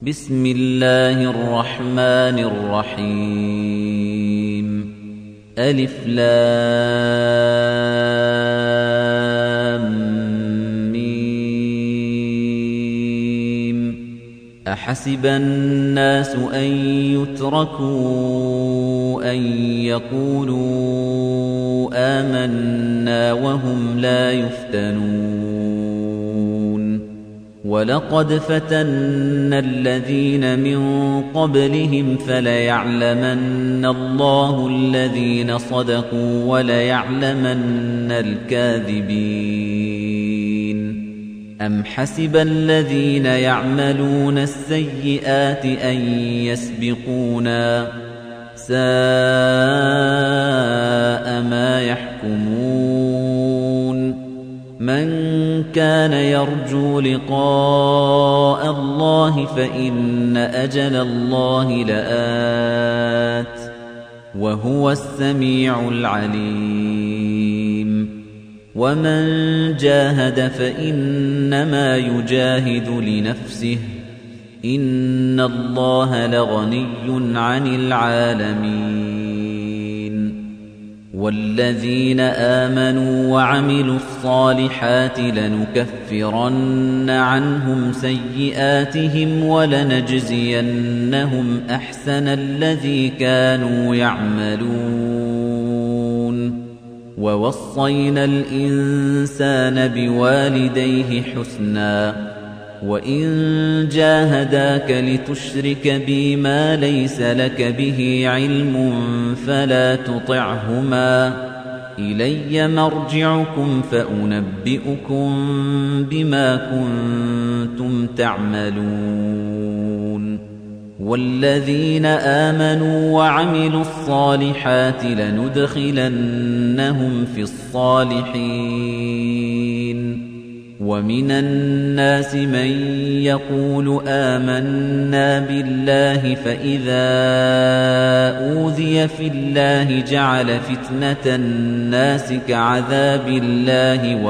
بسم الله الرحمن الرحيم ألف لام ميم أحسب الناس أن يتركوا أن يقولوا آمنا وهم لا يفتنون وَلَقَدْ فَتَنَّا الَّذِينَ مِن قَبْلِهِمْ فَلَيَعْلَمَنَّ اللَّهُ الَّذِينَ صَدَقُوا وَلَيَعْلَمَنَّ الْكَاذِبِينَ أَمْ حَسِبَ الَّذِينَ يَعْمَلُونَ السَّيِّئَاتِ أَن يَسْبِقُونَا ۚ سَاءَ مَا يَحْكُمُونَ مَنْ كَانَ يَرْجُو لِقَاءَ اللَّهِ فَإِنَّ أَجَلَ اللَّهِ لَآتٍ ۚ وَهُوَ السَّمِيعُ الْعَلِيمُ وَمَنْ جَاهَدَ فَإِنَّمَا يُجَاهِدُ لِنَفْسِهِ ۚ إِنَّ اللَّهَ لَغَنِيٌّ عَنِ الْعَالَمِينَ وَالَّذِينَ آمَنُوا وَعَمِلُوا الصَّالِحَاتِ لَنُكَفِّرَنَّ عَنْهُمْ سَيِّئَاتِهِمْ وَلَنَجْزِيَنَّهُمْ أَحْسَنَ الَّذِي كَانُوا يَعْمَلُونَ وَوَصَّيْنَا الْإِنسَانَ بِوَالِدَيْهِ حُسْنًا ۖ وَإِن جَاهَدَاكَ لِتُشْرِكَ بِي مَا لَيْسَ لَكَ بِهِ عِلْمٌ فَلَا تُطِعْهُمَا ۚ إِلَيَّ مَرْجِعُكُمْ فَأُنَبِّئُكُم بِمَا كُنتُمْ تَعْمَلُونَ وَالَّذِينَ آمَنُوا وَعَمِلُوا الصَّالِحَاتِ لَنُدْخِلَنَّهُمْ فِي الصَّالِحِينَ وَمِنَ النَّاسِ مَن يَقُولُ آمَنَّا بِاللَّهِ فَإِذَا أُوذِيَ فِي اللَّهِ جَعَلَ فِتْنَةَ النَّاسِ كَعَذَابِ اللَّهِ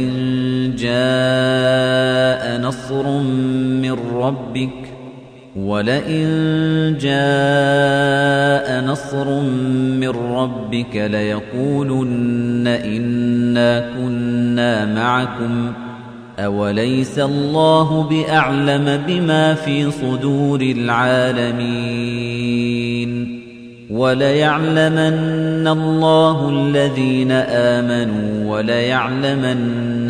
وَلَئِن جَاءَ نَصْرٌ مِّن رَّبِّكَ لَيَقُولُنَّ إِنَّا كُنَّا مَعَكُمْ ۚ أَوَلَيْسَ اللَّهُ بِأَعْلَمَ بِمَا فِي صُدُورِ الْعَالَمِينَ وَلَيَعْلَمَنَّ اللَّهُ الَّذِينَ آمَنُوا وَلَيَعْلَمَنَّ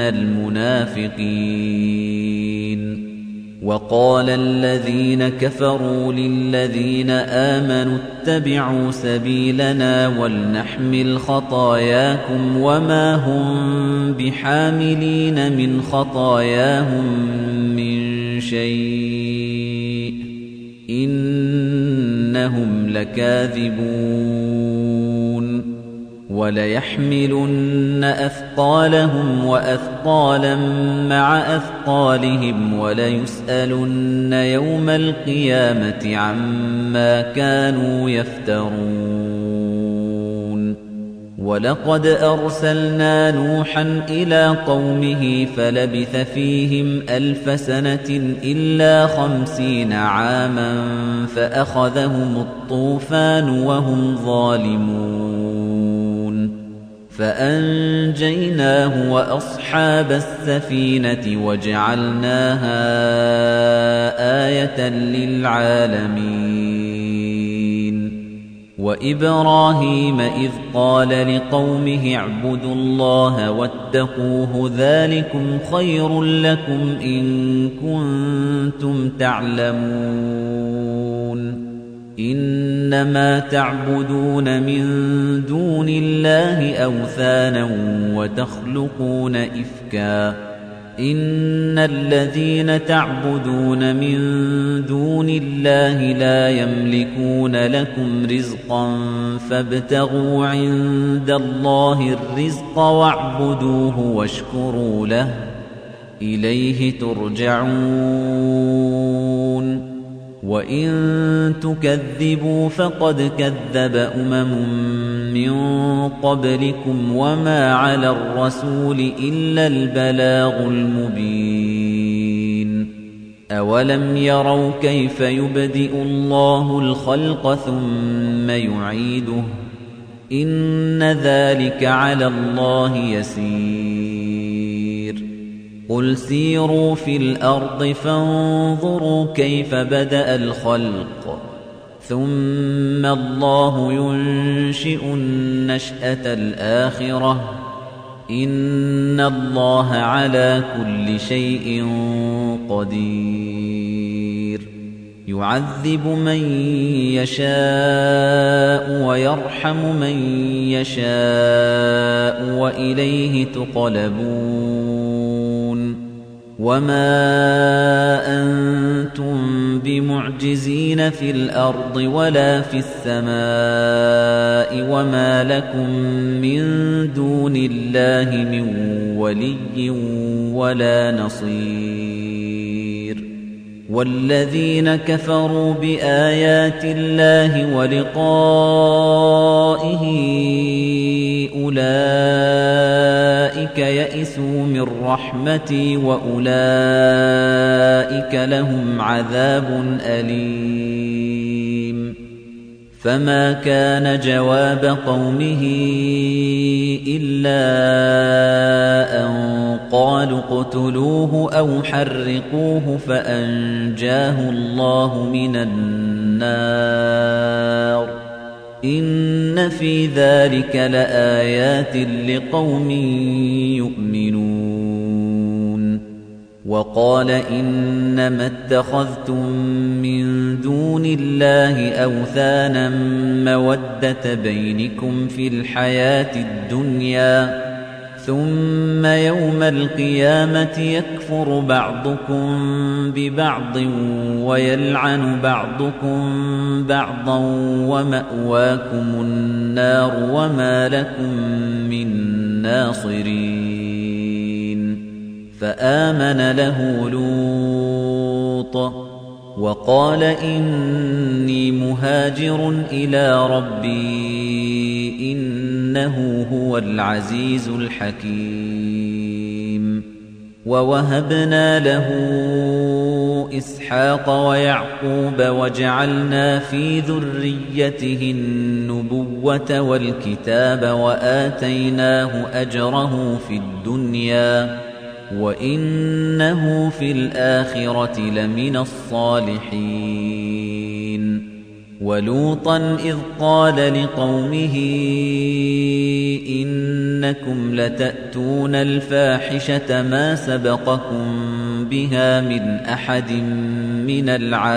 الْمُنَافِقِينَ وَقَالَ الَّذِينَ كَفَرُوا لِلَّذِينَ آمَنُوا اتَّبِعُوا سَبِيلَنَا وَلْنَحْمِلْ خَطَايَاكُمْ وَمَا هُم بِحَامِلِينَ مِنْ خَطَايَاهُم مِّن شَيْءٍ ۖ إِنَّهُمْ لَكَاذِبُونَ وَلَيَحْمِلُنَّ أَثْقَالَهُمْ وَأَثْقَالًا مَّعَ أَثْقَالِهِمْ وَلَيُسْأَلُنَّ يَوْمَ الْقِيَامَةِ عَمَّا كَانُوا يَفْتَرُونَ وَلَقَدْ أَرْسَلْنَا نُوحًا إِلَىٰ قَوْمِهِ فَلَبِثَ فِيهِمْ أَلْفَ سَنَةٍ إِلَّا 50 عَامًا فَأَخَذَهُمُ الطُّوفَانُ وَهُمْ ظَالِمُونَ فَأَنجَيْنَاهُ وَأَصْحَابَ السَّفِينَةِ وَجَعَلْنَاهَا آيَةً لِّلْعَالَمِينَ وَإِبْرَاهِيمَ إِذْ قَالَ لِقَوْمِهِ اعْبُدُوا اللَّهَ وَاتَّقُوهُ ذَٰلِكُمْ خَيْرٌ لَّكُمْ إِن كُنتُمْ تَعْلَمُونَ إِنَّمَا تَعْبُدُونَ مِن دُونِ اللَّهِ أَوْثَانًا وَتَخْلُقُونَ إِفْكًا ۚ إِنَّ الَّذِينَ تَعْبُدُونَ مِن دُونِ اللَّهِ لَا يَمْلِكُونَ لَكُمْ رِزْقًا فَابْتَغُوا عِندَ اللَّهِ الرِّزْقَ وَاعْبُدُوهُ وَاشْكُرُوا لَهُ ۖ إِلَيْهِ تُرْجَعُونَ وَإِن تُكَذِّبُوا فَقَدْ كَذَّبَ أُمَمٌ مِّن قَبْلِكُمْ وَمَا عَلَى الرَّسُولِ إِلَّا الْبَلَاغُ الْمُبِينُ أَوَلَمْ يَرَوْا كَيْفَ يُبْدِئُ اللَّهُ الْخَلْقَ ثُمَّ يُعِيدُهُ إِنَّ ذَلِكَ عَلَى اللَّهِ يَسِيرٌ قُلْ سِيرُوا فِي الْأَرْضِ فَانظُرُوا كَيْفَ بَدَأَ الْخَلْقَ ثُمَّ اللَّهُ يُنشِئُ النَّشْأَةَ الْآخِرَةَ إِنَّ اللَّهَ عَلَى كُلِّ شَيْءٍ قَدِيرٌ يُعَذِّبُ مَن يَشَاءُ وَيَرْحَمُ مَن يَشَاءُ وَإِلَيْهِ تُقْلَبُونَ وَمَا أَنتُم بِمُعْجِزِينَ فِي الْأَرْضِ وَلَا فِي السَّمَاءِ وَمَا لَكُم مِّن دُونِ اللَّهِ مِن وَلِيٍّ وَلَا نَصِيرٍ وَالَّذِينَ كَفَرُوا بِآيَاتِ اللَّهِ وَلِقَائِهِ أُولَئِكَ يَئِسُوا مِن رَّحْمَتِي وَأُولَئِكَ لَهُمْ عَذَابٌ أَلِيمٌ فَمَا كَانَ جَوَابَ قَوْمِهِ إِلَّا أَن قَالُوا اقْتُلُوهُ أَوْ حَرِّقُوهُ فَأَنجَاهُ اللَّهُ مِنَ النَّارِ إِنَّ فِي ذَلِكَ لَآيَاتٍ لِقَوْمٍ يُؤْمِنُونَ وَقَالَ إِنَّمَا اتَّخَذْتُم مِّن دُونِ اللَّهِ أَوْثَانًا مَّوَدَّةَ بَيْنِكُمْ فِي الْحَيَاةِ الدُّنْيَا ثُمَّ يَوْمَ الْقِيَامَةِ يَكْفُرُ بَعْضُكُم بِبَعْضٍ وَيَلْعَنُ بَعْضُكُم بَعْضًا وَمَأْوَاكُمُ النَّارُ وَمَا لَكُم مِّن نَّاصِرِينَ فَآمَنَ لَهُ لُوطٌ وَقَالَ إِنِّي مُهَاجِرٌ إِلَىٰ رَبِّي إِنَّهُ هُوَ الْعَزِيزُ الْحَكِيمُ وَوَهَبْنَا لَهُ إِسْحَاقَ وَيَعْقُوبَ وَجَعَلْنَا فِي ذُرِّيَّتِهِ النُّبُوَّةَ وَالْكِتَابَ وَآتَيْنَاهُ أَجْرَهُ فِي الدُّنْيَا وَإِنَّهُ فِي الْآخِرَةِ لَمِنَ الصَّالِحِينَ وَلُوطًا إِذْ قَالَ لِقَوْمِهِ إِنَّكُمْ لَتَأْتُونَ الْفَاحِشَةَ مَا سَبَقَكُم بِهَا مِنْ أَحَدٍ مِّنَ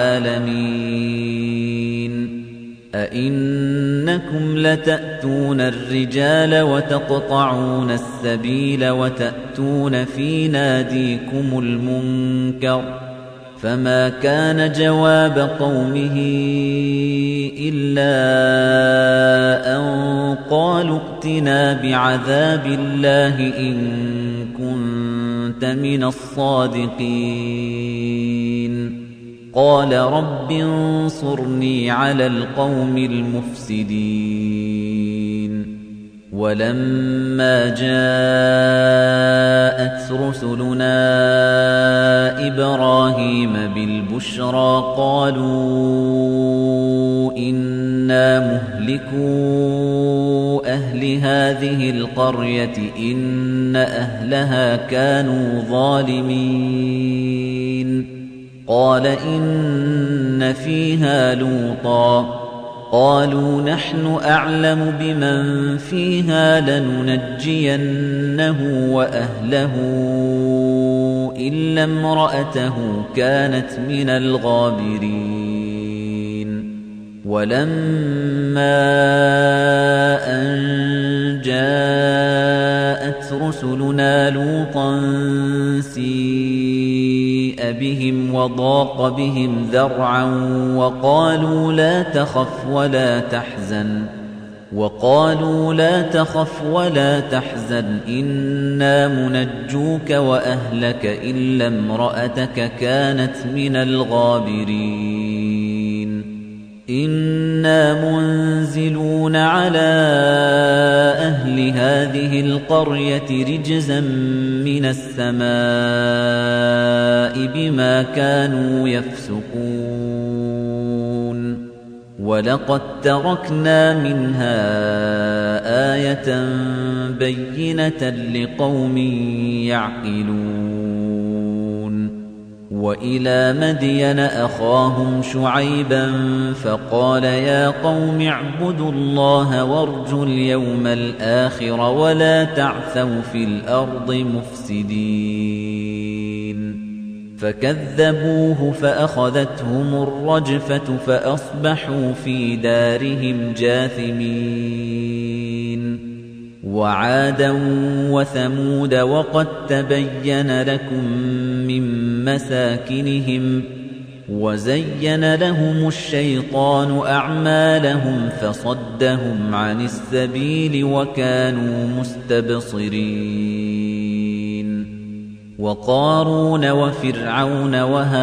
الْعَالَمِينَ أَئِنَّكُمْ لَتَأْتُونَ الرِّجَالَ وَتَقْطَعُونَ السَّبِيلَ وَتَأْتُونَ فِي نَادِيكُمُ الْمُنكَرَ فَمَا كَانَ جَوَابَ قَوْمِهِ إِلَّا أَن قَالُوا ائْتِنَا بِعَذَابِ اللَّهِ إِن كُنتَ مِنَ الصَّادِقِينَ قَالَ رَبِّ انصُرْنِي عَلَى الْقَوْمِ الْمُفْسِدِينَ وَلَمَّا جَاءَتْ رُسُلُنَا إِبْرَاهِيمَ بِالْبُشْرَىٰ قَالُوا إِنَّا مُهْلِكُو أَهْلِ هَٰذِهِ الْقَرْيَةِ إِنَّ أَهْلَهَا كَانُوا ظَالِمِينَ قَالَ إِنَّ فِيهَا لُوطًا قَالُوا نَحْنُ أَعْلَمُ بِمَن فِيهَا لَنُنَجِّيَنَّهُ وَأَهْلَهُ إِلَّا امْرَأَتَهُ كَانَتْ مِنَ الْغَابِرِينَ وَلَمَّا أَن جَاءَتْ رُسُلُنَا لُوطًا سِيءَ بِهِمْ وَضَاقَ بِهِمْ ذَرْعًا وَقَالُوا لَا تَخَفْ وَلَا تَحْزَنْ إِنَّا مُنَجُّوكَ وَأَهْلَكَ إِلَّا امْرَأَتَكَ كَانَتْ مِنَ الْغَابِرِينَ إِنَّا مُنزِلُونَ عَلَىٰ أَهْلِ هَٰذِهِ الْقَرْيَةِ رِجْزًا مِّنَ مِنَ السَّمَاءِ بِمَا كَانُوا يَفْسُقُونَ وَلَقَدْ تَرَكْنَا مِنْهَا آيَةً بَيِّنَةً لِقَوْمٍ يَعْقِلُونَ وَإِلَى مَدْيَنَ أَخَاهُمْ شُعَيْبًا فَقَالَ يَا قَوْمِ اعْبُدُوا اللَّهَ وَارْجُوا الْيَوْمَ الْآخِرَ وَلَا تَعْثَوْا فِي الْأَرْضِ مُفْسِدِينَ فَكَذَّبُوهُ فَأَخَذَتْهُمُ الرَّجْفَةُ فَأَصْبَحُوا فِي دَارِهِمْ جَاثِمِينَ وَعَادًا وَثَمُودَ وَقَدْ تَبَيَّنَ لَكُم مِّن مَّسَاكِنِهِمْ وَزَيَّنَ لَهُمُ الشَّيْطَانُ أَعْمَالَهُمْ فَصَدَّهُمْ عَنِ السَّبِيلِ وَكَانُوا مُسْتَبْصِرِينَ وَقَارُونَ وَفِرْعَوْنَ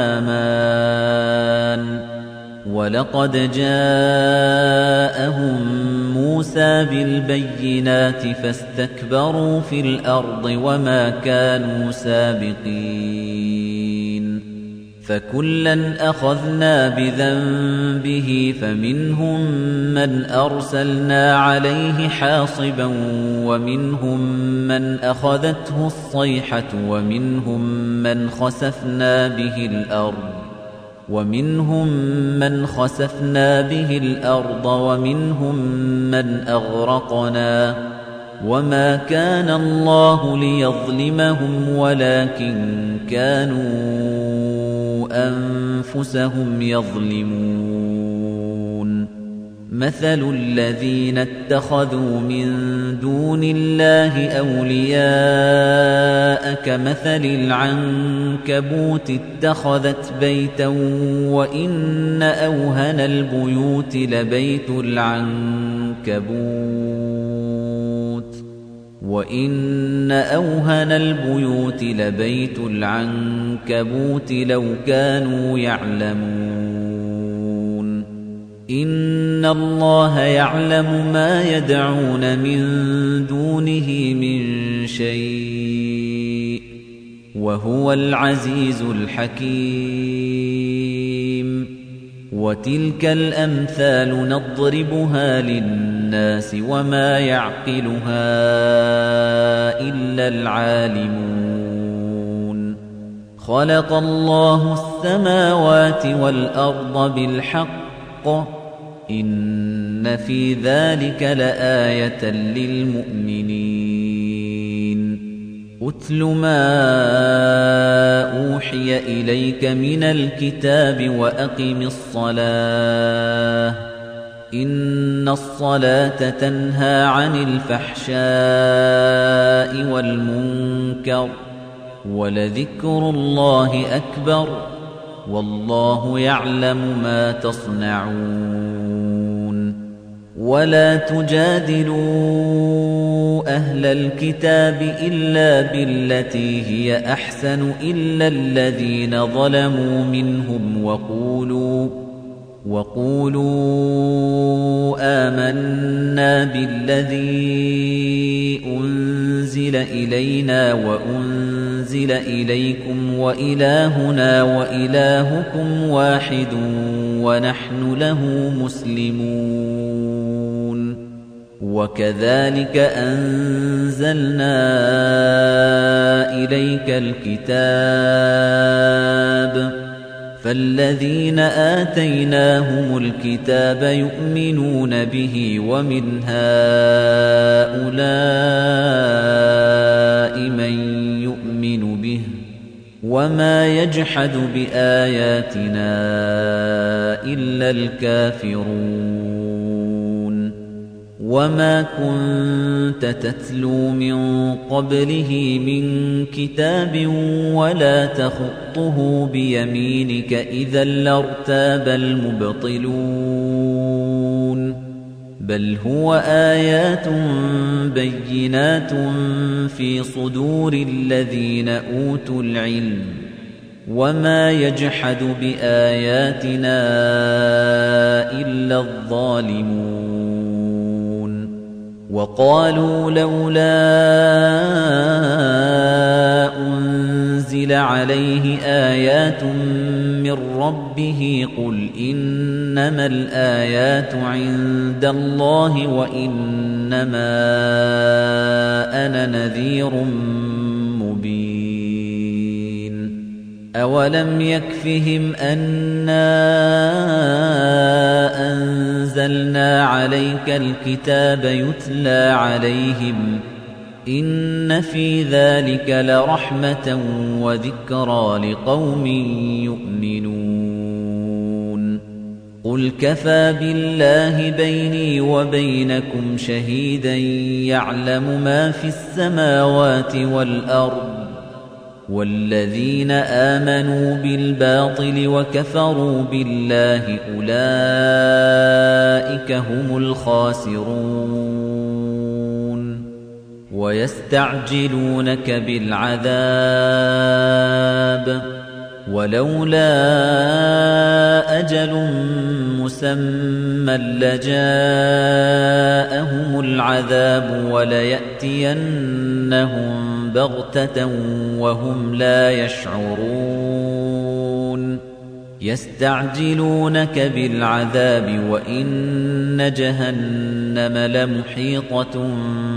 وَهَامَانَ وَلَقَدْ جَاءَهُم مُوسَى بِالْبَيِّنَاتِ فَاسْتَكْبَرُوا فِي الْأَرْضِ وَمَا كَانُوا سَابِقِينَ فَكُلًّا أَخَذْنَا بِذَنبِهِ فَمِنْهُم مَّنْ أَرْسَلْنَا عَلَيْهِ حَاصِبًا وَمِنْهُم مَّنْ أَخَذَتْهُ الصَّيْحَةُ وَمِنْهُم مَّنْ خَسَفْنَا به الْأَرْضَ وَمِنْهُم مَّنْ أَغْرَقْنَا وَمَا كَانَ اللَّهُ لِيَظْلِمَهُمْ وَلَكِن كَانُوا أَنفُسَهُمْ يَظْلِمُونَ مَثَلُ الَّذِينَ اتَّخَذُوا مِن دُونِ اللَّهِ أَوْلِيَاءَ كَمَثَلِ الْعَنكَبُوتِ اتَّخَذَتْ بَيْتًا وَإِنَّ أَوْهَنَ الْبُيُوتِ لَبَيْتُ الْعَنكَبُوتِ لَوْ كَانُوا يَعْلَمُونَ إِنَّ اللَّهَ يَعْلَمُ مَا يَدْعُونَ مِن دُونِهِ مِن شَيْءٍ وَهُوَ الْعَزِيزُ الْحَكِيمُ وَتِلْكَ الْأَمْثَالُ نَضْرِبُهَا لِلنَّاسِ وَمَا يَعْقِلُهَا إِلَّا الْعَالِمُونَ خَلَقَ اللَّهُ السَّمَاوَاتِ وَالْأَرْضَ بِالْحَقِّ إِنَّ فِي ذَلِكَ لَآيَةً لِلْمُؤْمِنِينَ أُتْلُ مَا أُوحِيَ إِلَيْكَ مِنَ الْكِتَابِ وَأَقِمِ الصَّلَاةَ إِنَّ الصَّلَاةَ تَنْهَى عَنِ الْفَحْشَاءِ وَالْمُنكَرِ وَلَذِكْرُ اللَّهِ أَكْبَرُ وَاللَّهُ يَعْلَمُ مَا تَصْنَعُونَ وَلَا تُجَادِلُوا أَهْلَ الْكِتَابِ إِلَّا بِالَّتِي هِيَ أَحْسَنُ إِلَّا الَّذِينَ ظَلَمُوا مِنْهُمْ وَقُولُوا آمَنَّا بِالَّذِي أُنزِلَ إِلَيْنَا وَأُنزِلَ إِلَيْكُمْ وَإِلَٰهُنَا وَإِلَٰهُكُمْ وَاحِدٌ وَنَحْنُ لَهُ مُسْلِمُونَ وَكَذَلِكَ أَنزَلْنَا إِلَيْكَ الْكِتَابَ فَالَّذِينَ آتَيْنَاهُمُ الْكِتَابَ يُؤْمِنُونَ بِهِ وَمِنْ هَؤُلَاءِ مَن يُؤْمِنُ بِهِ وَمَا يَجْحَدُ بِآيَاتِنَا إِلَّا الْكَافِرُونَ وَمَا كُنتَ تَتْلُو مِن قَبْلِهِ مِن كِتَابٍ وَلَا تَخُطُّهُ بِيَمِينِكَ إِذًا لَّارْتَابَ الْمُبْطِلُونَ بَلْ هُوَ آيَاتٌ بَيِّنَاتٌ فِي صُدُورِ الَّذِينَ أُوتُوا الْعِلْمَ وَمَا يَجْحَدُ بِآيَاتِنَا إِلَّا الظَّالِمُونَ وَقَالُوا لَوْلَا أُنْزِلَ عَلَيْهِ آيَاتٌ مِّن رَّبِّهِ قُلْ إِنَّمَا الْآيَاتُ عِندَ اللَّهِ وَإِنَّمَا أَنَا نَذِيرٌ مُّبِينٌ أَوَلَمْ يَكْفِهِمْ أَنَّا أَنزَلْنَا عَلَيْكَ الْكِتَابَ يُتْلَى عَلَيْهِمْ إِنَّ فِي ذَلِكَ لَرَحْمَةً وَذِكْرَى لِقَوْمٍ يُؤْمِنُونَ قُلْ كَفَى بِاللَّهِ بَيْنِي وَبَيْنَكُمْ شَهِيدًا يَعْلَمُ مَا فِي السَّمَاوَاتِ وَالْأَرْضِ وَالَّذِينَ آمَنُوا بِالْبَاطِلِ وَكَفَرُوا بِاللَّهِ أُولَئِكَ هُمُ الْخَاسِرُونَ وَيَسْتَعْجِلُونَكَ بِالْعَذَابِ وَلَوْلَا أَجَلٌ مُّسَمًّى لَّجَاءَهُمُ الْعَذَابُ وَلَيَأْتِيَنَّهُم بَغْتَةً وَهُمْ لَا يَشْعُرُونَ يَسْتَعْجِلُونَكَ بِالْعَذَابِ وَإِنَّ جَهَنَّمَ لَمُحِيطَةٌ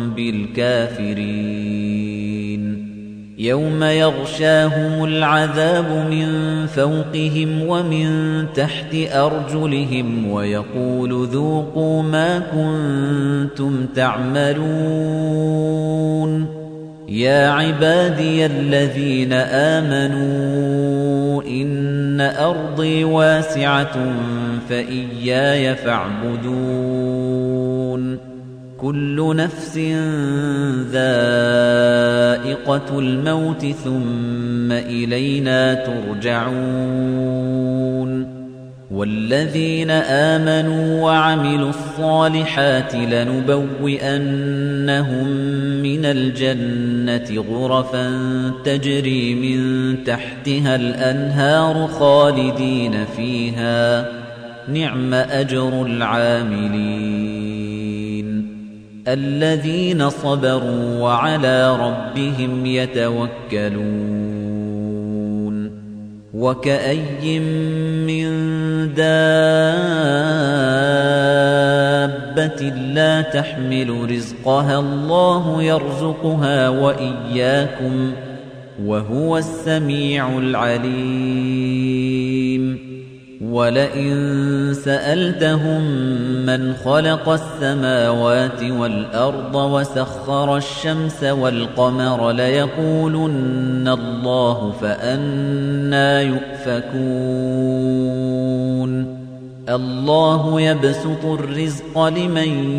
بِالْكَافِرِينَ يَوْمَ يَغْشَاهُمُ الْعَذَابُ مِنْ فَوْقِهِمْ وَمِنْ تَحْتِ أَرْجُلِهِمْ وَيَقُولُ ذُوقُوا مَا كُنتُمْ تَعْمَلُونَ يَا عِبَادِيَ الَّذِينَ آمَنُوا إِنَّ أَرْضِي وَاسِعَةٌ فَإِيَّايَ فَاعْبُدُونِ كُلُّ نَفْسٍ ذَائِقَةُ الْمَوْتِ ثُمَّ إِلَيْنَا تُرْجَعُونَ وَالَّذِينَ آمَنُوا وَعَمِلُوا الصَّالِحَاتِ لَنُبَوِّئَنَّهُم مِّنَ الْجَنَّةِ غُرَفًا تَجْرِي مِن تَحْتِهَا الْأَنْهَارُ خَالِدِينَ فِيهَا نِعْمَ أَجْرُ الْعَامِلِينَ الَّذِينَ صَبَرُوا وَعَلَىٰ رَبِّهِمْ يَتَوَكَّلُونَ وَكَأَيٍّن مِّن دَابَّةٍ لَّا تَحْمِلُ رِزْقَهَا اللَّهُ يَرْزُقُهَا وَإِيَّاكُمْ وَهُوَ السَّمِيعُ الْعَلِيمُ وَلَئِن سَأَلْتَهُم مَّنْ خَلَقَ السَّمَاوَاتِ وَالْأَرْضَ وَسَخَّرَ الشَّمْسَ وَالْقَمَرَ لَيَقُولُنَّ اللَّهُ فَأَنَّىٰ يُؤْفَكُونَ اللَّهُ يَبْسُطُ الرِّزْقَ لِمَن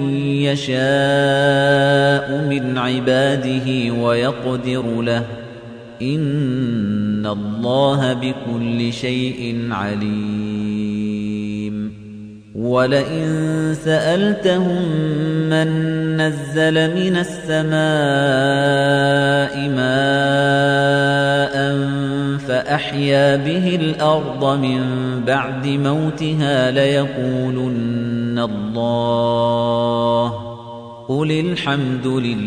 يَشَاءُ مِنْ عِبَادِهِ وَيَقْدِرُ لَهُ إِنَّ اللَّهَ بِكُلِّ شَيْءٍ عَلِيمٌ وَلَئِن سَأَلْتَهُم مَّن نَّزَّلَ مِنَ السَّمَاءِ مَاءً فَأَحْيَا بِهِ الْأَرْضَ مِن بَعْدِ مَوْتِهَا لَيَقُولُنَّ اللَّهُ قُلِ الْحَمْدُ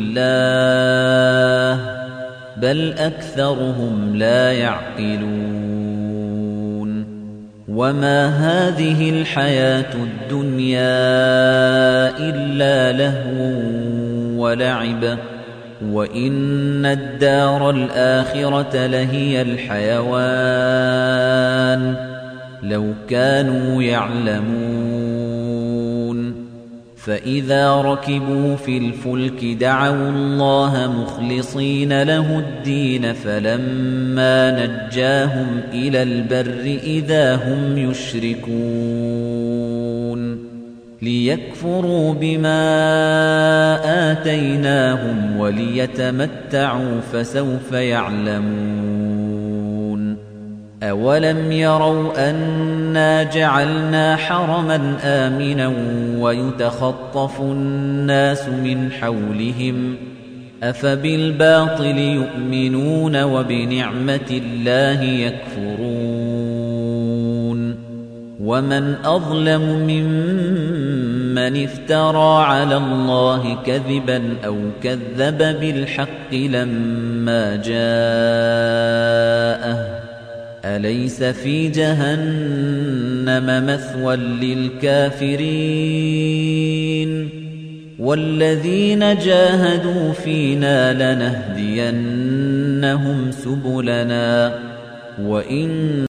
لِلَّهِ بَلْ أَكْثَرُهُمْ لَا يَعْقِلُونَ وَمَا هَٰذِهِ الْحَيَاةُ الدُّنْيَا إِلَّا لَهْوٌ وَلَعِبٌ وَإِنَّ الدَّارَ الْآخِرَةَ لَهِيَ الْحَيَوَانُ لَوْ كَانُوا يَعْلَمُونَ فَإِذَا رَكِبُوا فِي الْفُلْكِ دَعَوُا اللَّهَ مُخْلِصِينَ لَهُ الدِّينَ فَلَمَّا نَجَّاهُمْ إِلَى الْبَرِّ إِذَا هُمْ يُشْرِكُونَ لِيَكْفُرُوا بِمَا آتَيْنَاهُمْ وَلِيَتَمَتَّعُوا فَسَوْفَ يَعْلَمُونَ أَوَلَمْ يَرَوْا أَنَّا جَعَلْنَا حَرَمًا آمِنًا وَيُتَخَطَّفُ النَّاسُ مِنْ حَوْلِهِمْ أَفَبِالْبَاطِلِ يُؤْمِنُونَ وَبِنِعْمَةِ اللَّهِ يَكْفُرُونَ ومن أظلم ممن افترى على الله كذبا أو كذب بالحق لما جاءه أليس في جهنم مثوى للكافرين والذين جاهدوا فينا لنهدينهم سبلنا وإن